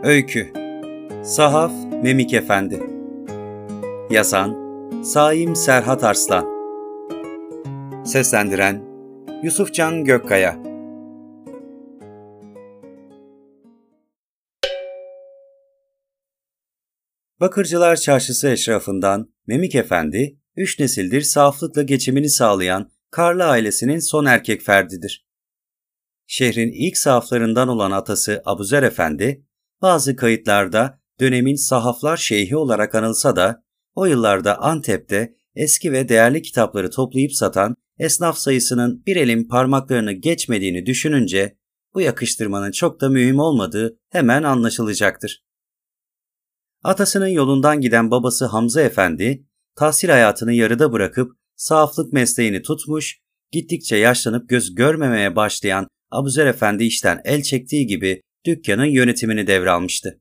Öykü Sahaf Memik Efendi. Yazan Saim Serhat Arslan. Seslendiren Yusufcan Gökkaya. Bakırcılar Çarşısı eşrafından Memik Efendi, 3 nesildir sahaflıkla geçimini sağlayan Karlı ailesinin son erkek ferdidir. Şehrin ilk sahaflarından olan atası Abuzer Efendi, bazı kayıtlarda dönemin sahaflar şeyhi olarak anılsa da, o yıllarda Antep'te eski ve değerli kitapları toplayıp satan esnaf sayısının bir elin parmaklarını geçmediğini düşününce, bu yakıştırmanın çok da mühim olmadığı hemen anlaşılacaktır. Atasının yolundan giden babası Hamza Efendi, tahsil hayatını yarıda bırakıp sahaflık mesleğini tutmuş, gittikçe yaşlanıp göz görmemeye başlayan Abuzer Efendi işten el çektiği gibi dükkanın yönetimini devralmıştı.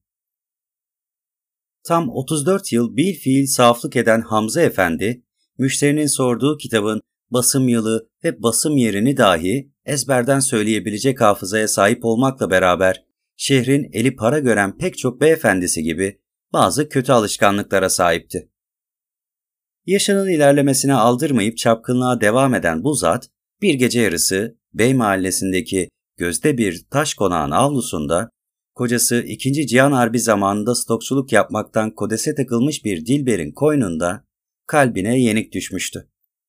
Tam 34 yıl bilfiil sahaflık eden Hamza Efendi, müşterinin sorduğu kitabın basım yılı ve basım yerini dahi ezberden söyleyebilecek hafızaya sahip olmakla beraber, şehrin eli para gören pek çok beyefendisi gibi bazı kötü alışkanlıklara sahipti. Yaşının ilerlemesine aldırmayıp çapkınlığa devam eden bu zat, bir gece yarısı Bey Mahallesi'ndeki gözde bir taş konağın avlusunda, kocası 2. Cihan Harbi zamanında stokçuluk yapmaktan kodese takılmış bir dilberin koynunda kalbine yenik düşmüştü.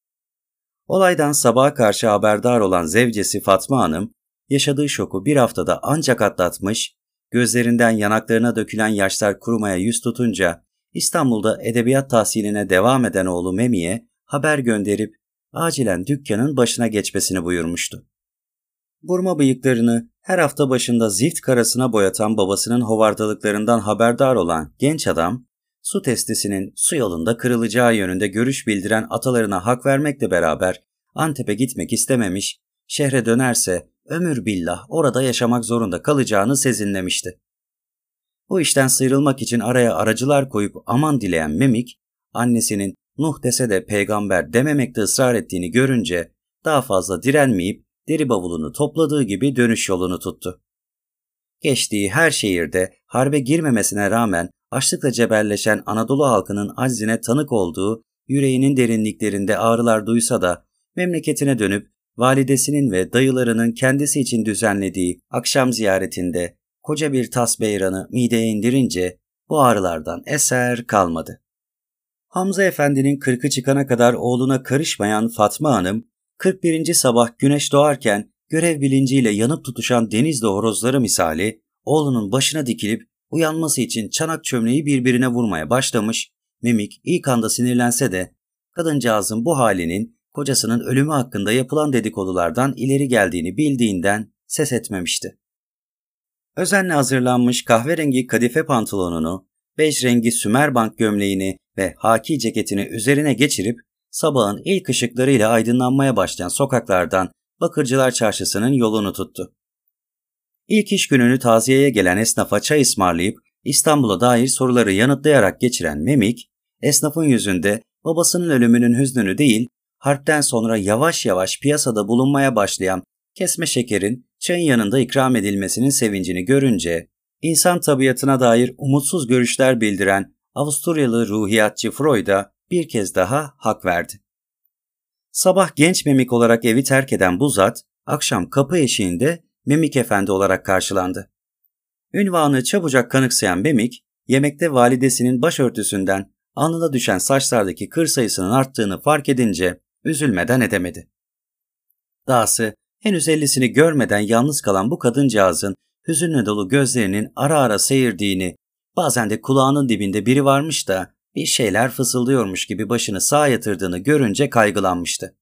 Olaydan sabaha karşı haberdar olan zevcesi Fatma Hanım, yaşadığı şoku bir haftada ancak atlatmış, gözlerinden yanaklarına dökülen yaşlar kurumaya yüz tutunca İstanbul'da edebiyat tahsiline devam eden oğlu Memi'ye haber gönderip acilen dükkanın başına geçmesini buyurmuştu. Burma bıyıklarını her hafta başında zift karasına boyatan babasının hovardalıklarından haberdar olan genç adam, su testisinin su yolunda kırılacağı yönünde görüş bildiren atalarına hak vermekle beraber Antep'e gitmek istememiş, şehre dönerse ömür billah orada yaşamak zorunda kalacağını sezinlemişti. Bu işten sıyrılmak için araya aracılar koyup aman dileyen Memik, annesinin Nuh dese de peygamber dememekte ısrar ettiğini görünce daha fazla direnmeyip deri bavulunu topladığı gibi dönüş yolunu tuttu. Geçtiği her şehirde harbe girmemesine rağmen açlıkla cebelleşen Anadolu halkının aczine tanık olduğu yüreğinin derinliklerinde ağrılar duysa da memleketine dönüp validesinin ve dayılarının kendisi için düzenlediği akşam ziyaretinde koca bir tas beyranı mideye indirince bu ağrılardan eser kalmadı. Hamza Efendi'nin 40'ı çıkana kadar oğluna karışmayan Fatma Hanım, 41. sabah güneş doğarken görev bilinciyle yanıp tutuşan denizli horozları misali oğlunun başına dikilip uyanması için çanak çömleği birbirine vurmaya başlamış, Memik ilk anda sinirlense de kadıncağızın bu halinin kocasının ölümü hakkında yapılan dedikodulardan ileri geldiğini bildiğinden ses etmemişti. Özenle hazırlanmış kahverengi kadife pantolonunu, bej rengi sümerbank gömleğini ve haki ceketini üzerine geçirip sabahın ilk ışıklarıyla aydınlanmaya başlayan sokaklardan Bakırcılar Çarşısı'nın yolunu tuttu. İlk iş gününü taziyeye gelen esnafa çay ısmarlayıp İstanbul'a dair soruları yanıtlayarak geçiren Memik, esnafın yüzünde babasının ölümünün hüznünü değil, harpten sonra yavaş yavaş piyasada bulunmaya başlayan kesme şekerin çayın yanında ikram edilmesinin sevincini görünce, insan tabiatına dair umutsuz görüşler bildiren Avusturyalı ruhiyatçı Freud'a bir kez daha hak verdi. Sabah genç Memik olarak evi terk eden bu zat, akşam kapı eşiğinde Memik Efendi olarak karşılandı. Ünvanı çabucak kanıksayan Memik, yemekte validesinin başörtüsünden alnına düşen saçlardaki kır sayısının arttığını fark edince üzülmeden edemedi. Dahası henüz 50'sini görmeden yalnız kalan bu kadıncağızın hüzünle dolu gözlerinin ara ara seyirdiğini, bazen de kulağının dibinde biri varmış da bir şeyler fısıldıyormuş gibi başını sağa yatırdığını görünce kaygılanmıştı.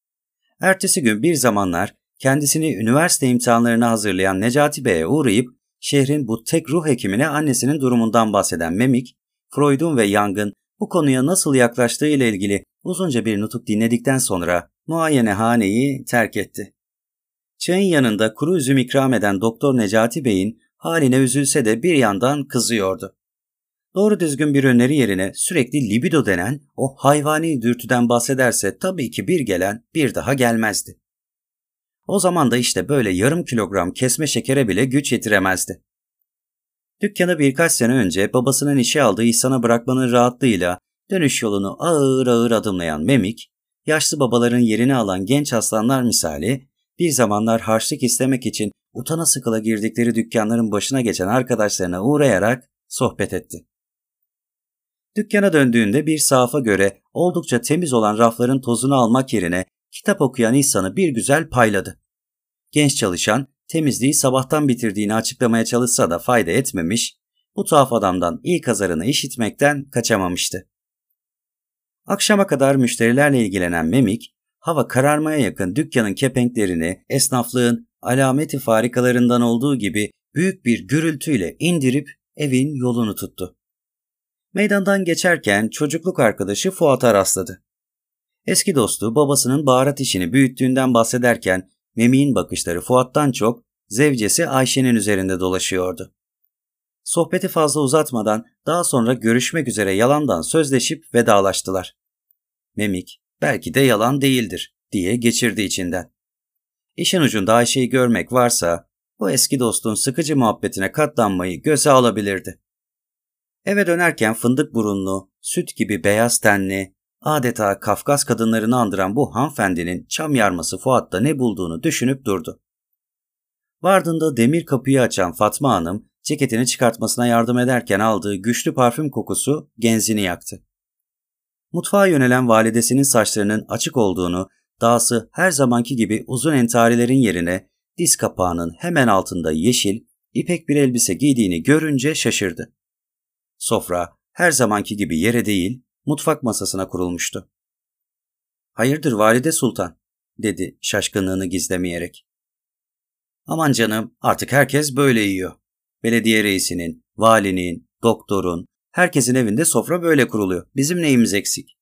Ertesi gün bir zamanlar kendisini üniversite imtihanlarına hazırlayan Necati Bey'e uğrayıp şehrin bu tek ruh hekimine annesinin durumundan bahseden Memik, Freud'un ve Jung'ın bu konuya nasıl yaklaştığı ile ilgili uzunca bir nutuk dinledikten sonra muayenehaneyi terk etti. Çayın yanında kuru üzüm ikram eden Doktor Necati Bey'in haline üzülse de bir yandan kızıyordu. Doğru düzgün bir öneri yerine sürekli libido denen o hayvani dürtüden bahsederse tabii ki bir gelen bir daha gelmezdi. O zaman da işte böyle yarım kilogram kesme şekere bile güç yetiremezdi. Dükkanı birkaç sene önce babasının işe aldığı İhsan'a bırakmanın rahatlığıyla dönüş yolunu ağır ağır adımlayan Memik, yaşlı babaların yerini alan genç aslanlar misali bir zamanlar harçlık istemek için utana sıkıla girdikleri dükkanların başına geçen arkadaşlarına uğrayarak sohbet etti. Dükkana döndüğünde bir sahafa göre oldukça temiz olan rafların tozunu almak yerine kitap okuyan İhsan'ı bir güzel payladı. Genç çalışan temizliği sabahtan bitirdiğini açıklamaya çalışsa da fayda etmemiş, bu tuhaf adamdan ilk azarını işitmekten kaçamamıştı. Akşama kadar müşterilerle ilgilenen Memik, hava kararmaya yakın dükkanın kepenklerini esnaflığın alameti farikalarından olduğu gibi büyük bir gürültüyle indirip evin yolunu tuttu. Meydandan geçerken çocukluk arkadaşı Fuat'a rastladı. Eski dostu babasının baharat işini büyüttüğünden bahsederken Memik'in bakışları Fuat'tan çok zevcesi Ayşe'nin üzerinde dolaşıyordu. Sohbeti fazla uzatmadan daha sonra görüşmek üzere yalandan sözleşip vedalaştılar. Memik, belki de yalan değildir diye geçirdi içinden. İşin ucunda Ayşe'yi görmek varsa bu eski dostun sıkıcı muhabbetine katlanmayı göze alabilirdi. Eve dönerken fındık burunlu, süt gibi beyaz tenli, adeta Kafkas kadınlarını andıran bu hanımefendinin çam yarması Fuat'ta ne bulduğunu düşünüp durdu. Vardığında demir kapıyı açan Fatma Hanım, ceketini çıkartmasına yardım ederken aldığı güçlü parfüm kokusu genzini yaktı. Mutfağa yönelen validesinin saçlarının açık olduğunu, dahası her zamanki gibi uzun entarilerin yerine diz kapağının hemen altında yeşil, ipek bir elbise giydiğini görünce şaşırdı. Sofra her zamanki gibi yere değil, mutfak masasına kurulmuştu. "Hayırdır valide sultan?" dedi şaşkınlığını gizlemeyerek. "Aman canım, artık herkes böyle yiyor. Belediye reisinin, valinin, doktorun, herkesin evinde sofra böyle kuruluyor. Bizim neyimiz eksik?"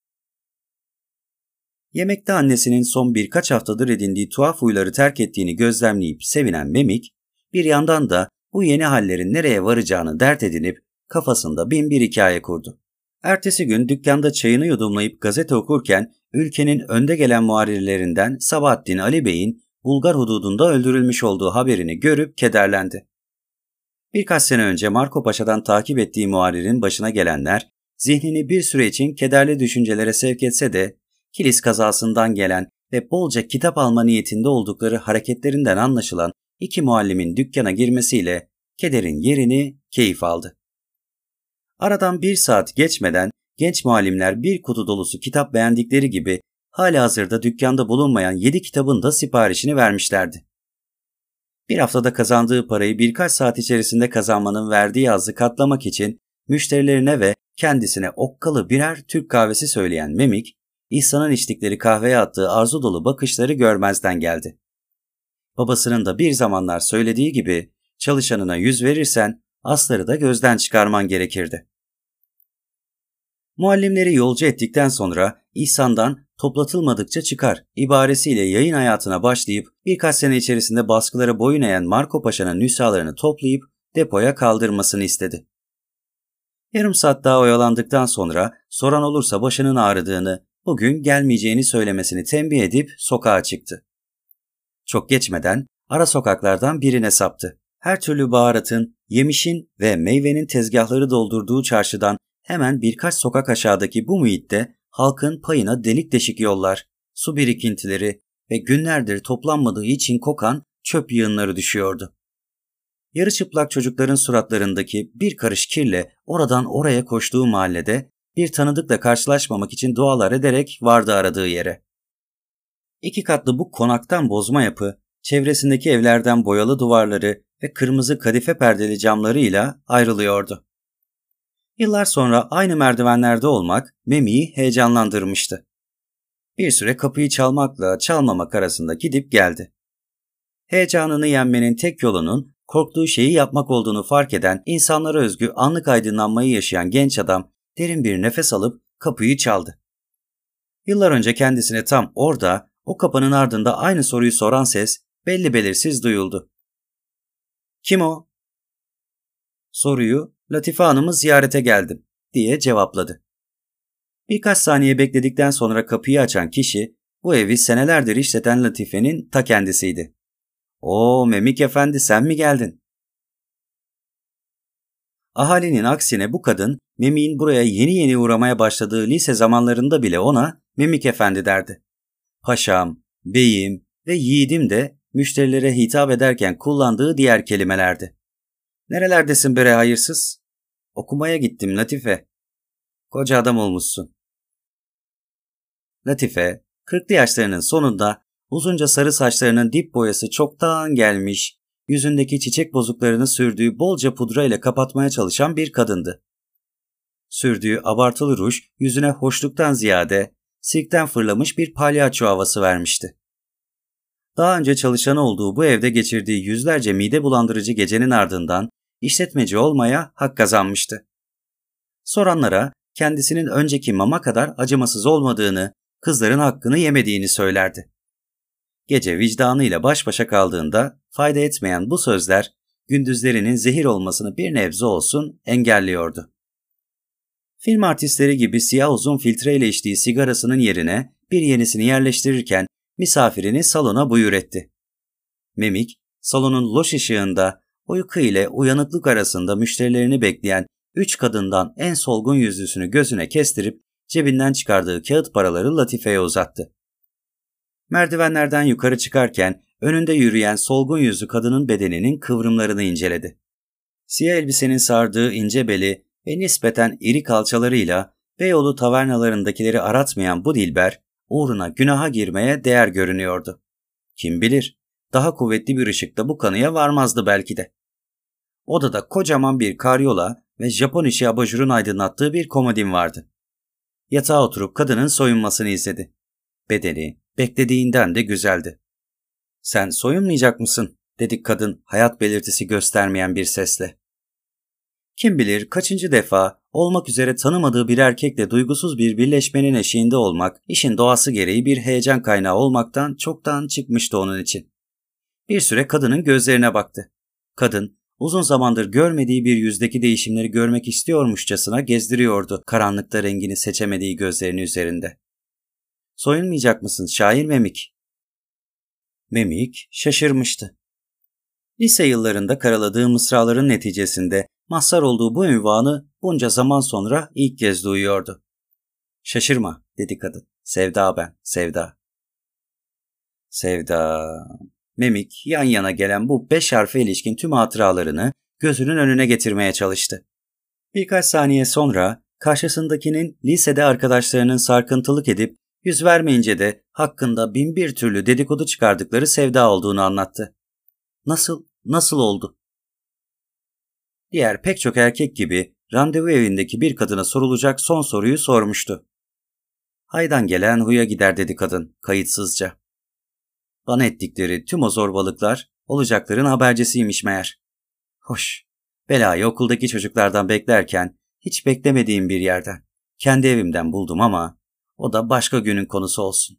Yemekte annesinin son birkaç haftadır edindiği tuhaf huyları terk ettiğini gözlemleyip sevinen Memik, bir yandan da bu yeni hallerin nereye varacağını dert edinip kafasında bin bir hikaye kurdu. Ertesi gün dükkanda çayını yudumlayıp gazete okurken ülkenin önde gelen muharrirlerinden Sabahattin Ali Bey'in Bulgar hududunda öldürülmüş olduğu haberini görüp kederlendi. Birkaç sene önce Marco Paşa'dan takip ettiği muharririn başına gelenler zihnini bir süre için kederli düşüncelere sevk etse de Kilis kazasından gelen ve bolca kitap alma niyetinde oldukları hareketlerinden anlaşılan iki muallimin dükkana girmesiyle kederin yerini keyif aldı. Aradan bir saat geçmeden genç muallimler bir kutu dolusu kitap beğendikleri gibi halihazırda dükkanda bulunmayan 7 kitabın da siparişini vermişlerdi. Bir haftada kazandığı parayı birkaç saat içerisinde kazanmanın verdiği hazzı katlamak için müşterilerine ve kendisine okkalı birer Türk kahvesi söyleyen Memik, İhsan'ın içtikleri kahveye attığı arzu dolu bakışları görmezden geldi. Babasının da bir zamanlar söylediği gibi çalışanına yüz verirsen asları da gözden çıkarman gerekirdi. Muallimleri yolcu ettikten sonra İhsan'dan toplatılmadıkça çıkar ibaresiyle yayın hayatına başlayıp birkaç sene içerisinde baskılara boyun eğen Marco Paşa'nın nüshalarını toplayıp depoya kaldırmasını istedi. Yarım saat daha oyalandıktan sonra soran olursa başının ağrıdığını, bugün gelmeyeceğini söylemesini tembih edip sokağa çıktı. Çok geçmeden ara sokaklardan birine saptı. Her türlü baharatın, yemişin ve meyvenin tezgahları doldurduğu çarşıdan hemen birkaç sokak aşağıdaki bu muhitte halkın payına delik deşik yollar, su birikintileri ve günlerdir toplanmadığı için kokan çöp yığınları düşüyordu. Yarı çıplak çocukların suratlarındaki bir karış kirle oradan oraya koştuğu mahallede bir tanıdıkla karşılaşmamak için dualar ederek vardı aradığı yere. 2 katlı bu konaktan bozma yapı, çevresindeki evlerden boyalı duvarları ve kırmızı kadife perdeli camlarıyla ayrılıyordu. Yıllar sonra aynı merdivenlerde olmak Memik'i heyecanlandırmıştı. Bir süre kapıyı çalmakla çalmamak arasında gidip geldi. Heyecanını yenmenin tek yolunun korktuğu şeyi yapmak olduğunu fark eden, insanlara özgü anlık aydınlanmayı yaşayan genç adam derin bir nefes alıp kapıyı çaldı. Yıllar önce kendisine tam orada, o kapının ardında aynı soruyu soran ses belli belirsiz duyuldu. "Kim o?" Soruyu "Latife Hanım'ı ziyarete geldim" diye cevapladı. Birkaç saniye bekledikten sonra kapıyı açan kişi bu evi senelerdir işleten Latife'nin ta kendisiydi. "Oo Memik Efendi, sen mi geldin?" Ahalinin aksine bu kadın Memik'in buraya yeni yeni uğramaya başladığı lise zamanlarında bile ona Memik Efendi derdi. Paşam, beyim ve yiğidim de müşterilere hitap ederken kullandığı diğer kelimelerdi. Nerelerdesin bre hayırsız? Okumaya gittim Latife. Koca adam olmuşsun. Latife, 40'lı yaşlarının sonunda uzunca sarı saçlarının dip boyası çoktan gelmiş, yüzündeki çiçek bozuklarını sürdüğü bolca pudra ile kapatmaya çalışan bir kadındı. Sürdüğü abartılı ruj yüzüne hoşluktan ziyade sirkten fırlamış bir palyaço havası vermişti. Daha önce çalışanı olduğu bu evde geçirdiği yüzlerce mide bulandırıcı gecenin ardından işletmeci olmaya hak kazanmıştı. Soranlara kendisinin önceki mama kadar acımasız olmadığını, kızların hakkını yemediğini söylerdi. Gece vicdanıyla baş başa kaldığında fayda etmeyen bu sözler gündüzlerinin zehir olmasını bir nebze olsun engelliyordu. Film artistleri gibi siyah uzun filtreyle içtiği sigarasının yerine bir yenisini yerleştirirken misafirini salona buyur etti. Memik, salonun loş ışığında uyku ile uyanıklık arasında müşterilerini bekleyen 3 kadından en solgun yüzlüsünü gözüne kestirip cebinden çıkardığı kağıt paraları Latife'ye uzattı. Merdivenlerden yukarı çıkarken önünde yürüyen solgun yüzlü kadının bedeninin kıvrımlarını inceledi. Siyah elbisenin sardığı ince beli ve nispeten iri kalçalarıyla Beyoğlu tavernalarındakileri aratmayan bu dilber, uğruna günaha girmeye değer görünüyordu. Kim bilir, daha kuvvetli bir ışıkta bu kanıya varmazdı belki de. Odada kocaman bir karyola ve Japon işi abajurun aydınlattığı bir komodin vardı. Yatağa oturup kadının soyunmasını izledi. Bedeni beklediğinden de güzeldi. "Sen soyunmayacak mısın?" dedi kadın hayat belirtisi göstermeyen bir sesle. Kim bilir kaçıncı defa olmak üzere tanımadığı bir erkekle duygusuz bir birleşmenin eşiğinde olmak, işin doğası gereği bir heyecan kaynağı olmaktan çoktan çıkmıştı onun için. Bir süre kadının gözlerine baktı. Kadın, uzun zamandır görmediği bir yüzdeki değişimleri görmek istiyormuşçasına gezdiriyordu karanlıkta rengini seçemediği gözlerini üzerinde. "Soyunmayacak mısın şair Memik?" Memik şaşırmıştı. Lise yıllarında karaladığı mısraların neticesinde mazhar olduğu bu ünvanı bunca zaman sonra ilk kez duyuyordu. "Şaşırma," dedi kadın. "Sevda ben, Sevda." Sevda. Memik yan yana gelen bu 5 harfe ilişkin tüm hatıralarını gözünün önüne getirmeye çalıştı. Birkaç saniye sonra karşısındakinin lisede arkadaşlarının sarkıntılık edip yüz vermeyince de hakkında bin bir türlü dedikodu çıkardıkları Sevda olduğunu anlattı. Nasıl oldu? Diğer pek çok erkek gibi randevu evindeki bir kadına sorulacak son soruyu sormuştu. "Haydan gelen huya gider," dedi kadın kayıtsızca. Bana ettikleri tüm o zorbalıklar olacakların habercisiymiş meğer. Hoş, belayı okuldaki çocuklardan beklerken hiç beklemediğim bir yerden, kendi evimden buldum ama o da başka günün konusu olsun.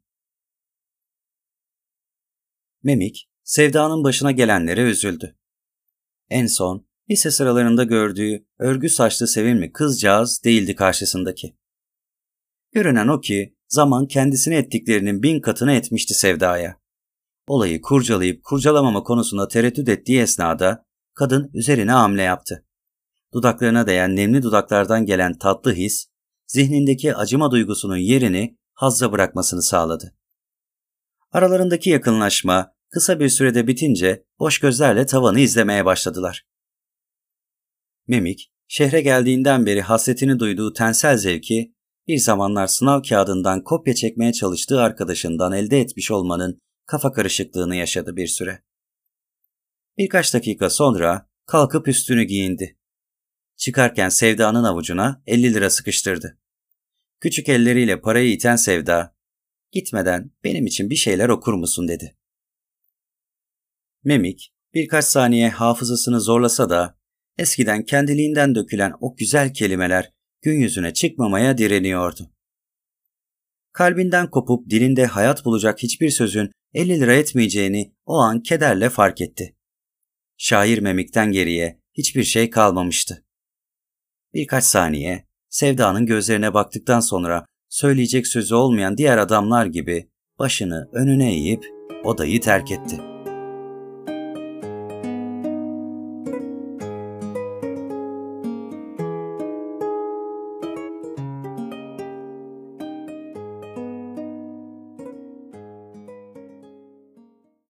Memik, Sevda'nın başına gelenlere üzüldü. En son lise sıralarında gördüğü örgü saçlı sevimli kızcağız değildi karşısındaki. Görünen o ki zaman kendisine ettiklerinin 1000 katını etmişti Sevda'ya. Olayı kurcalayıp kurcalamama konusunda tereddüt ettiği esnada kadın üzerine hamle yaptı. Dudaklarına değen nemli dudaklardan gelen tatlı his, zihnindeki acıma duygusunun yerini hazza bırakmasını sağladı. Aralarındaki yakınlaşma kısa bir sürede bitince boş gözlerle tavanı izlemeye başladılar. Memik, şehre geldiğinden beri hasretini duyduğu tensel zevki bir zamanlar sınav kağıdından kopya çekmeye çalıştığı arkadaşından elde etmiş olmanın kafa karışıklığını yaşadı bir süre. Birkaç dakika sonra kalkıp üstünü giyindi. Çıkarken Sevda'nın avucuna 50 lira sıkıştırdı. Küçük elleriyle parayı iten Sevda, "Gitmeden benim için bir şeyler okur musun?" dedi. Memik birkaç saniye hafızasını zorlasa da eskiden kendiliğinden dökülen o güzel kelimeler gün yüzüne çıkmamaya direniyordu. Kalbinden kopup dilinde hayat bulacak hiçbir sözün 50 lira etmeyeceğini o an kederle fark etti. Şair Memik'ten geriye hiçbir şey kalmamıştı. Birkaç saniye Sevda'nın gözlerine baktıktan sonra söyleyecek sözü olmayan diğer adamlar gibi başını önüne eğip odayı terk etti.